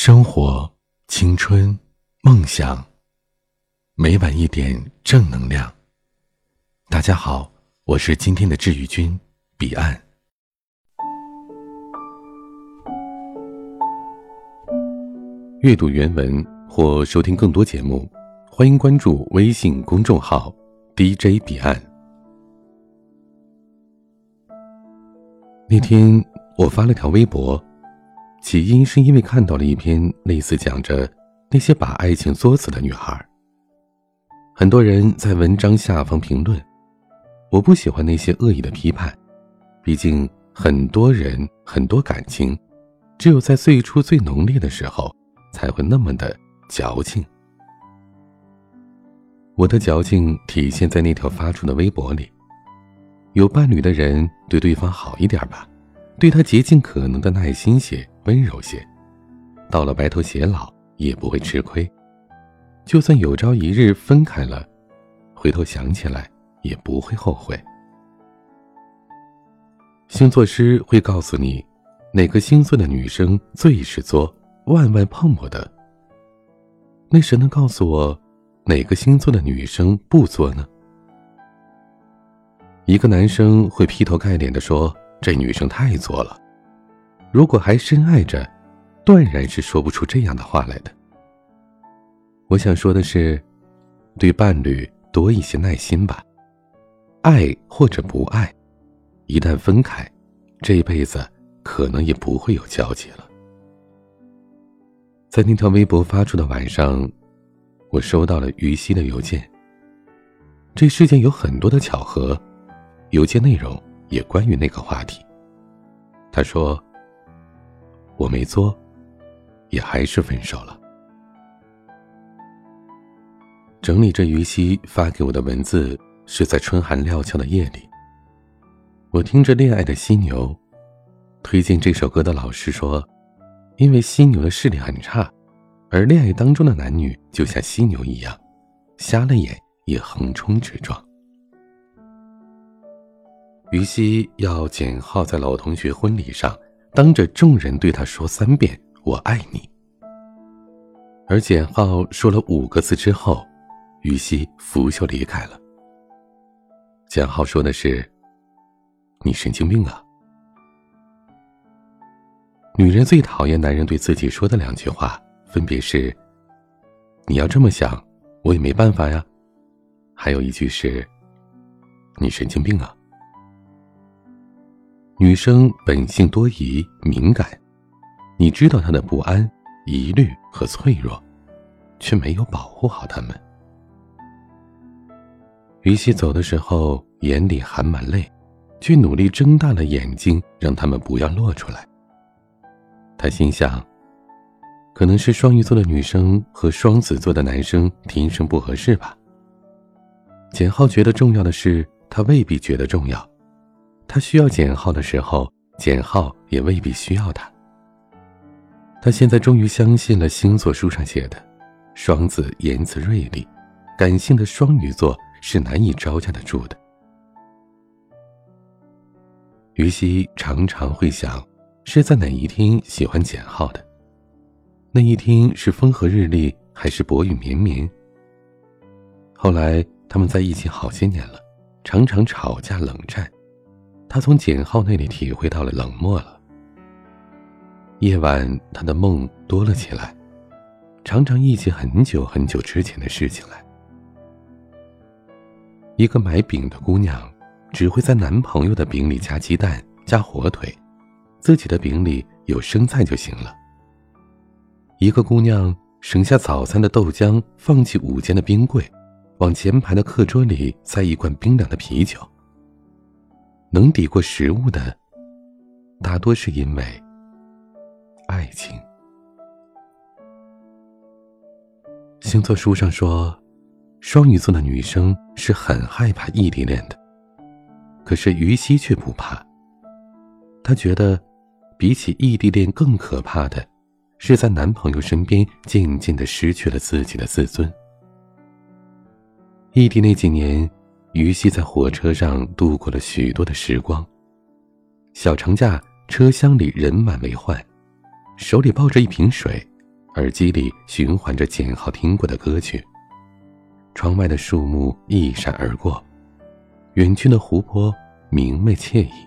生活、青春、梦想，每晚一点正能量。大家好，我是今天的治愈君彼岸。阅读原文或收听更多节目，欢迎关注微信公众号 DJ 彼岸。那天我发了条微博，起因是因为看到了一篇类似讲着那些把爱情作死的女孩。很多人在文章下方评论，我不喜欢那些恶意的批判，毕竟很多人很多感情，只有在最初最浓烈的时候才会那么的矫情。我的矫情体现在那条发出的微博里，有伴侣的人对对方好一点吧，对他竭尽可能的耐心些，温柔些，到了白头偕老也不会吃亏，就算有朝一日分开了，回头想起来也不会后悔。星座师会告诉你哪个星座的女生最是作，万万碰不得。那谁能告诉我哪个星座的女生不作呢？一个男生会劈头盖脸地说这女生太作了，如果还深爱着，断然是说不出这样的话来的。我想说的是，对伴侣多一些耐心吧，爱或者不爱，一旦分开，这辈子可能也不会有交集了。在那条微博发出的晚上，我收到了于西的邮件。这世间有很多的巧合，邮件内容也关于那个话题。他说，我没作，也还是分手了。整理着于西发给我的文字，是在春寒料峭的夜里。我听着恋爱的犀牛，推荐这首歌的老师说，因为犀牛的视力很差，而恋爱当中的男女就像犀牛一样，瞎了眼也横冲直撞。于西要简浩在老同学婚礼上当着众人对他说3遍我爱你，而简浩说了5个字之后，于西拂袖离开了。简浩说的是，你神经病啊。女人最讨厌男人对自己说的2句话，分别是，你要这么想，我也没办法呀，还有一句是，你神经病啊。女生本性多疑敏感，你知道她的不安、疑虑和脆弱，却没有保护好她们。于西走的时候眼里含满泪，却努力睁大了眼睛让他们不要落出来。他心想，可能是双鱼座的女生和双子座的男生天生不合适吧。简浩觉得重要的事，他未必觉得重要，他需要简浩的时候，简浩也未必需要他。他现在终于相信了星座书上写的，双子言辞锐利，感性的双鱼座是难以招架得住的。于西常常会想，是在哪一天喜欢简浩的？那一天是风和日丽，还是薄雨绵绵？后来他们在一起好些年了，常常吵架冷战，他从简浩那里体会到了冷漠了。夜晚他的梦多了起来，常常忆起很久很久之前的事情来。一个买饼的姑娘，只会在男朋友的饼里加鸡蛋加火腿，自己的饼里有生菜就行了。一个姑娘省下早餐的豆浆，放弃午间的冰柜，往前排的课桌里塞一罐冰凉的啤酒。能抵过食物的，大多是因为爱情。星座书上说，双鱼座的女生是很害怕异地恋的，可是于西却不怕。她觉得比起异地恋更可怕的是在男朋友身边渐渐地失去了自己的自尊。异地那几年，于西在火车上度过了许多的时光。小长假，车厢里人满为患，手里抱着一瓶水， 耳机里循环着简浩听过的歌曲。窗外的树木一闪而过，远去的湖泊明媚惬意。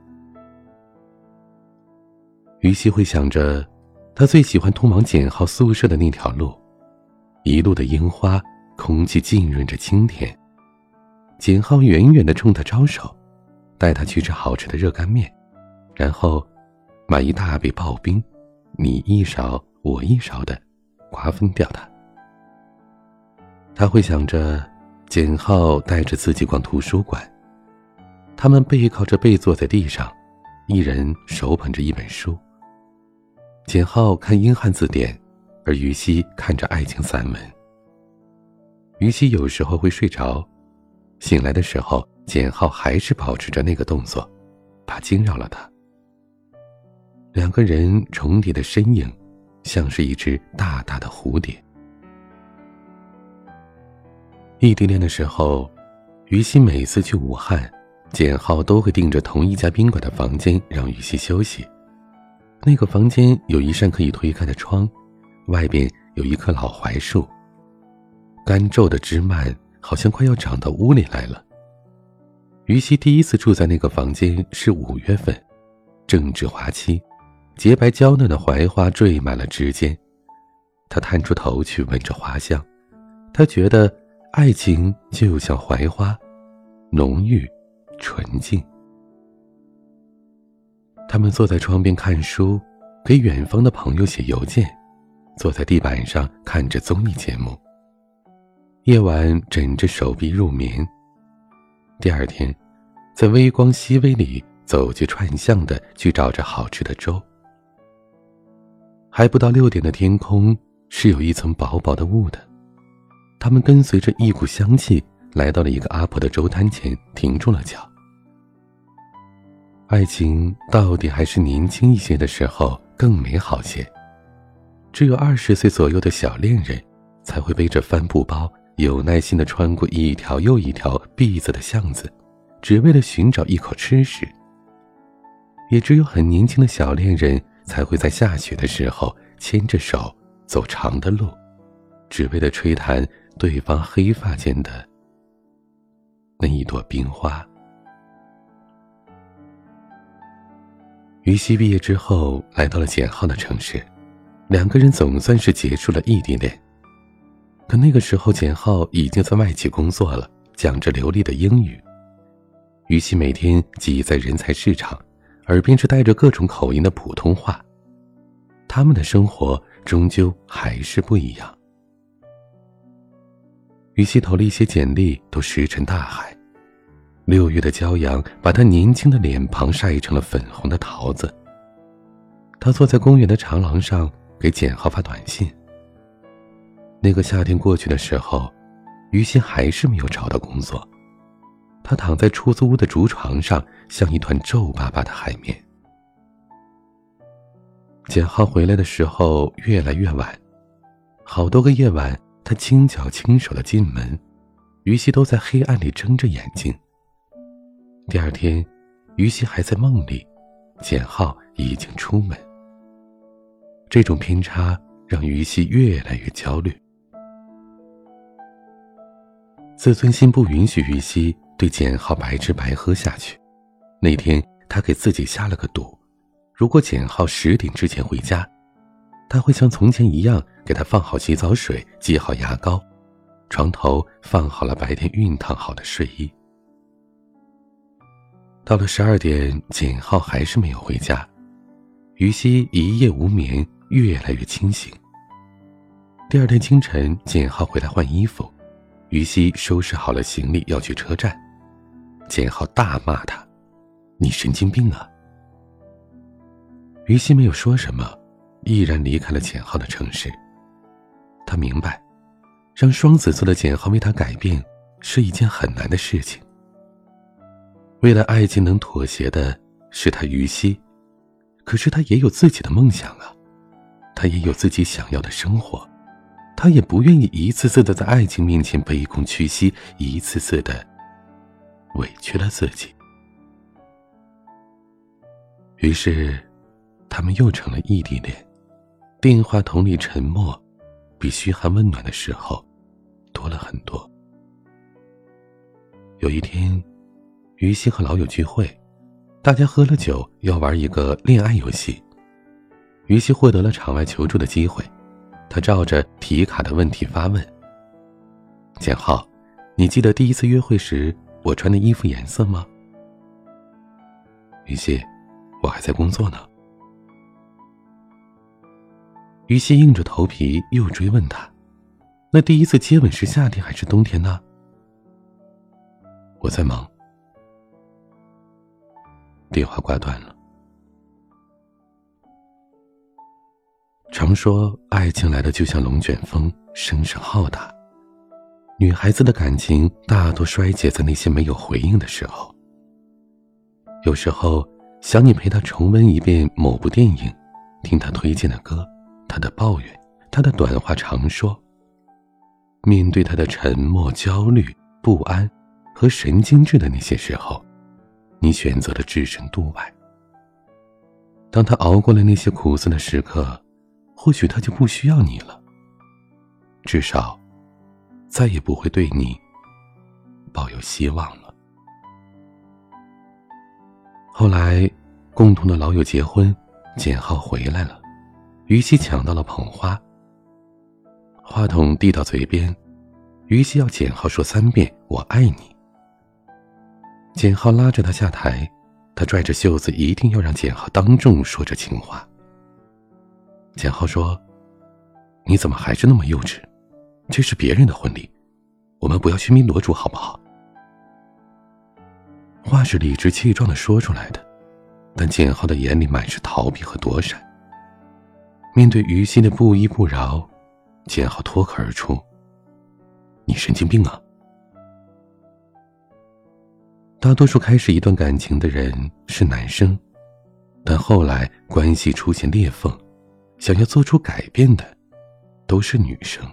于西会想着，他最喜欢通往简浩宿舍的那条路，一路的樱花，空气浸润着清甜。简浩远远地冲他招手，带他去吃好吃的热干面，然后买一大杯刨冰，你一勺我一勺的瓜分掉它。他会想着，简浩带着自己逛图书馆，他们背靠着背坐在地上，一人手捧着一本书。简浩看英汉字典，而于西看着爱情散文。于西有时候会睡着，醒来的时候，简浩还是保持着那个动作，怕惊扰了他。两个人重叠的身影，像是一只大大的蝴蝶。异地恋的时候，于西每次去武汉，简浩都会订着同一家宾馆的房间让于西休息。那个房间有一扇可以推开的窗，外边有一棵老槐树，干皱的枝蔓好像快要长到屋里来了。于西第一次住在那个房间是5月份，正值花期，洁白娇嫩的槐花缀满了枝间。他探出头去闻着花香，他觉得爱情就像槐花，浓郁纯净。他们坐在窗边看书，给远方的朋友写邮件，坐在地板上看着综艺节目。夜晚枕着手臂入眠，第二天在微光熹微里走街串巷的去找着好吃的粥。还不到6点的天空是有一层薄薄的雾的。他们跟随着一股香气来到了一个阿婆的粥摊前，停住了脚。爱情到底还是年轻一些的时候更美好些。只有20岁左右的小恋人才会背着帆布包，有耐心地穿过一条又一条闭塞的巷子，只为了寻找一口吃食。也只有很年轻的小恋人才会在下雪的时候牵着手走长的路，只为了吹弹对方黑发间的那一朵冰花。于西毕业之后来到了简浩的城市，两个人总算是结束了异地恋。可那个时候简浩已经在外企工作了，讲着流利的英语。于西每天挤在人才市场，耳边是带着各种口音的普通话。他们的生活终究还是不一样。于西投了一些简历，都石沉大海。6月的骄阳把他年轻的脸庞晒成了粉红的桃子。他坐在公园的长廊上给简浩发短信。那个夏天过去的时候，于西还是没有找到工作。他躺在出租屋的竹床上，像一团皱巴巴的海绵。简浩回来的时候越来越晚，好多个夜晚他轻脚轻手地进门，于西都在黑暗里睁着眼睛。第二天，于西还在梦里，简浩已经出门。这种偏差让于西越来越焦虑。自尊心不允许于西对简浩白吃白喝下去。那天他给自己下了个赌，如果简浩10点之前回家，他会像从前一样给他放好洗澡水，挤好牙膏，床头放好了白天熨烫好的睡衣。到了12点，简浩还是没有回家。于西一夜无眠，越来越清醒。第二天清晨，简浩回来换衣服，于西收拾好了行李要去车站。简浩大骂他：“你神经病啊！”于西没有说什么，毅然离开了简浩的城市。他明白，让双子座的简浩为他改变是一件很难的事情。为了爱情能妥协的是他于西，可是他也有自己的梦想啊，他也有自己想要的生活，他也不愿意一次次的在爱情面前卑躬屈膝，一次次的委屈了自己。于是他们又成了异地恋。 电话筒里沉默比嘘寒问暖的时候多了很多。有一天，于西和老友聚会，大家喝了酒，要玩一个恋爱游戏。于西获得了场外求助的机会，他照着题卡的问题发问：简浩，你记得第一次约会时我穿的衣服颜色吗？于西，我还在工作呢。于西硬着头皮又追问他，那第一次接吻是夏天还是冬天呢？我在忙。电话挂断了。常说爱情来的就像龙卷风，声声浩大。女孩子的感情大多衰竭在那些没有回应的时候。有时候想你陪她重温一遍某部电影，听她推荐的歌，她的抱怨，她的短话长说。面对她的沉默、焦虑、不安和神经质的那些时候，你选择了置身度外。当她熬过了那些苦涩的时刻，或许她就不需要你了，至少再也不会对你抱有希望了。后来共同的老友结婚，简浩回来了，于西抢到了捧花。话筒递到嘴边，于西要简浩说3遍我爱你。简浩拉着他下台，他拽着袖子一定要让简浩当众说这情话。简浩说，你怎么还是那么幼稚？这是别人的婚礼，我们不要喧宾夺主好不好？话是理直气壮地说出来的，但简浩的眼里满是逃避和躲闪。面对于西的不依不饶，简浩脱口而出，你神经病啊！大多数开始一段感情的人是男生，但后来关系出现裂缝，想要做出改变的都是女生。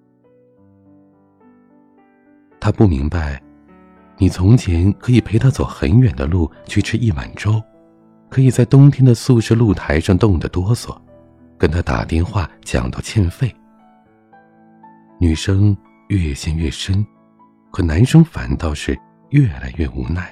他不明白，你从前可以陪他走很远的路去吃一碗粥，可以在冬天的宿舍露台上冻得哆嗦，跟他打电话讲到欠费。女生越陷越深，可男生反倒是越来越无奈。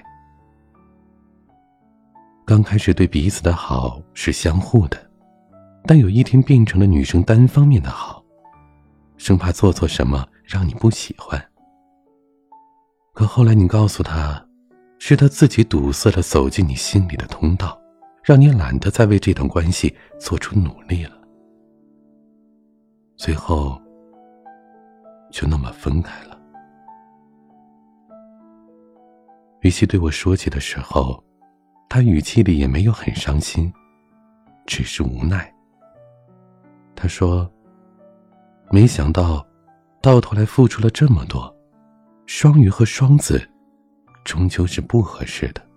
刚开始对彼此的好是相互的，但有一天变成了女生单方面的好，生怕做错什么让你不喜欢。可后来你告诉他，是他自己堵塞了走进你心里的通道，让你懒得再为这段关系做出努力了。最后就那么分开了。于西对我说起的时候，他语气里也没有很伤心，只是无奈。他说，没想到到头来付出了这么多，双鱼和双子终究是不合适的。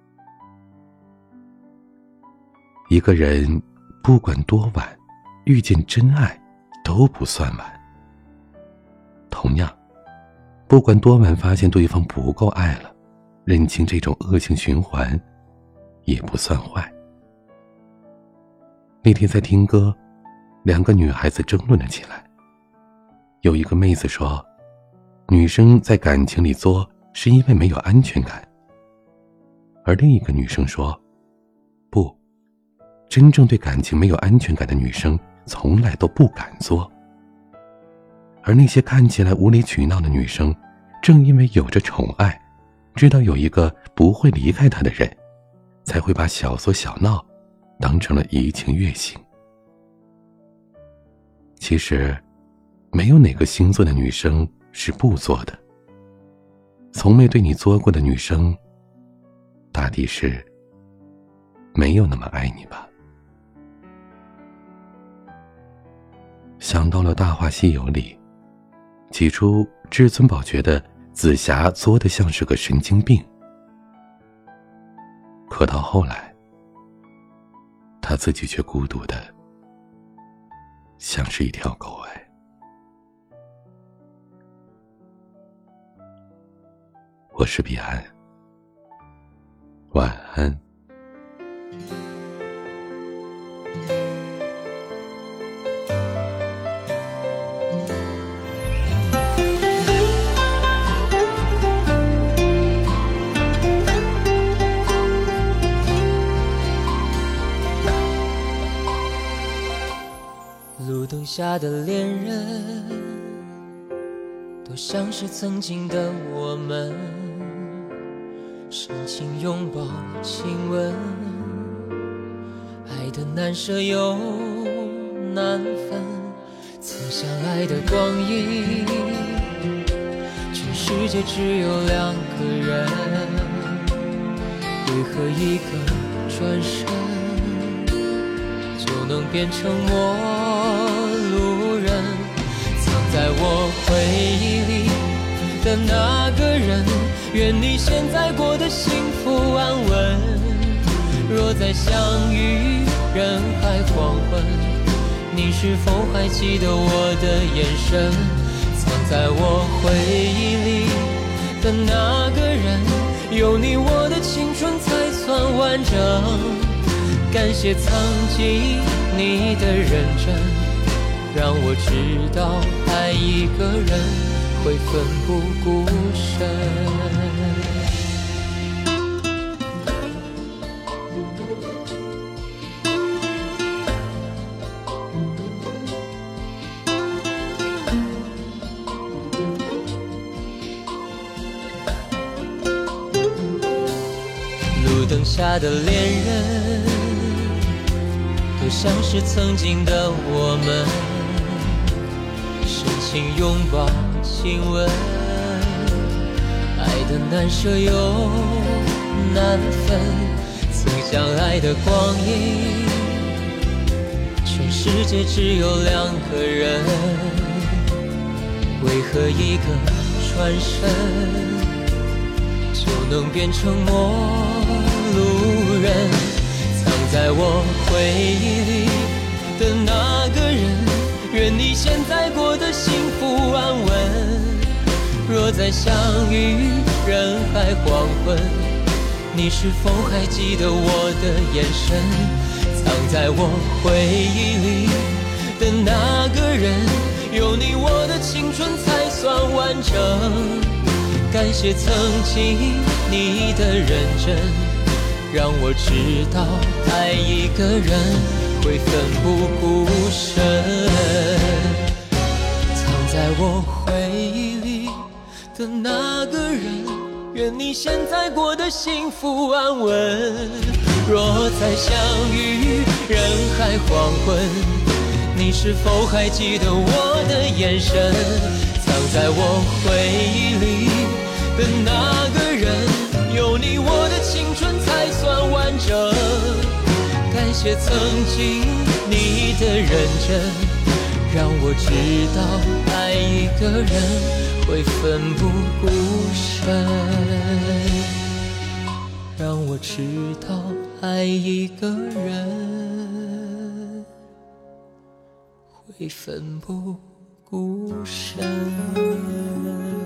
一个人不管多晚遇见真爱都不算晚，同样不管多晚发现对方不够爱了，认清这种恶性循环也不算坏。那天在听歌，2个女孩子争论了起来。有一个妹子说，女生在感情里作是因为没有安全感，而另一个女生说，不，真正对感情没有安全感的女生从来都不敢作。而那些看起来无理取闹的女生，正因为有着宠爱，知道有一个不会离开她的人，才会把小作小闹当成了怡情悦性。其实没有哪个星座的女生是不作的，从没对你作过的女生，大抵是没有那么爱你吧。想到了《大话西游》里，起初至尊宝觉得紫霞作得像是个神经病，可到后来，他自己却孤独的像是一条狗哎。我是彼岸，晚安。 路灯下的恋人，都像是曾经的我们，深情拥抱亲吻，爱的难舍又难分，曾相爱的光阴，全世界只有两个人，为何一个转身就能变成陌路人？藏在我回忆里的那个人，愿你现在过得幸福安稳。若再相遇人海黄昏，你是否还记得我的眼神？藏在我回忆里的那个人，有你我的青春才算完整。感谢曾经你的认真，让我知道爱一个人会奋不顾身。路灯下的恋人，都像是曾经的我们，深情拥抱亲吻，爱的难舍又难分，曾相爱的光阴，全世界只有两个人，为何一个转身就能变成陌路人？藏在我回忆里的那个人，愿你现在过得幸福安稳。若再相遇人海黄昏，你是否还记得我的眼神？藏在我回忆里的那个人，有你我的青春才算完整。感谢曾经你的认真，让我知道爱一个人会奋不顾身。藏在我回忆里的那个人，愿你现在过得幸福安稳。若再相遇人海黄昏，你是否还记得我的眼神？藏在我回忆里的那个人，有你我的青春才算完整。感谢曾经你的认真，让我知道爱一个人会奋不顾身，让我知道爱一个人会奋不顾身。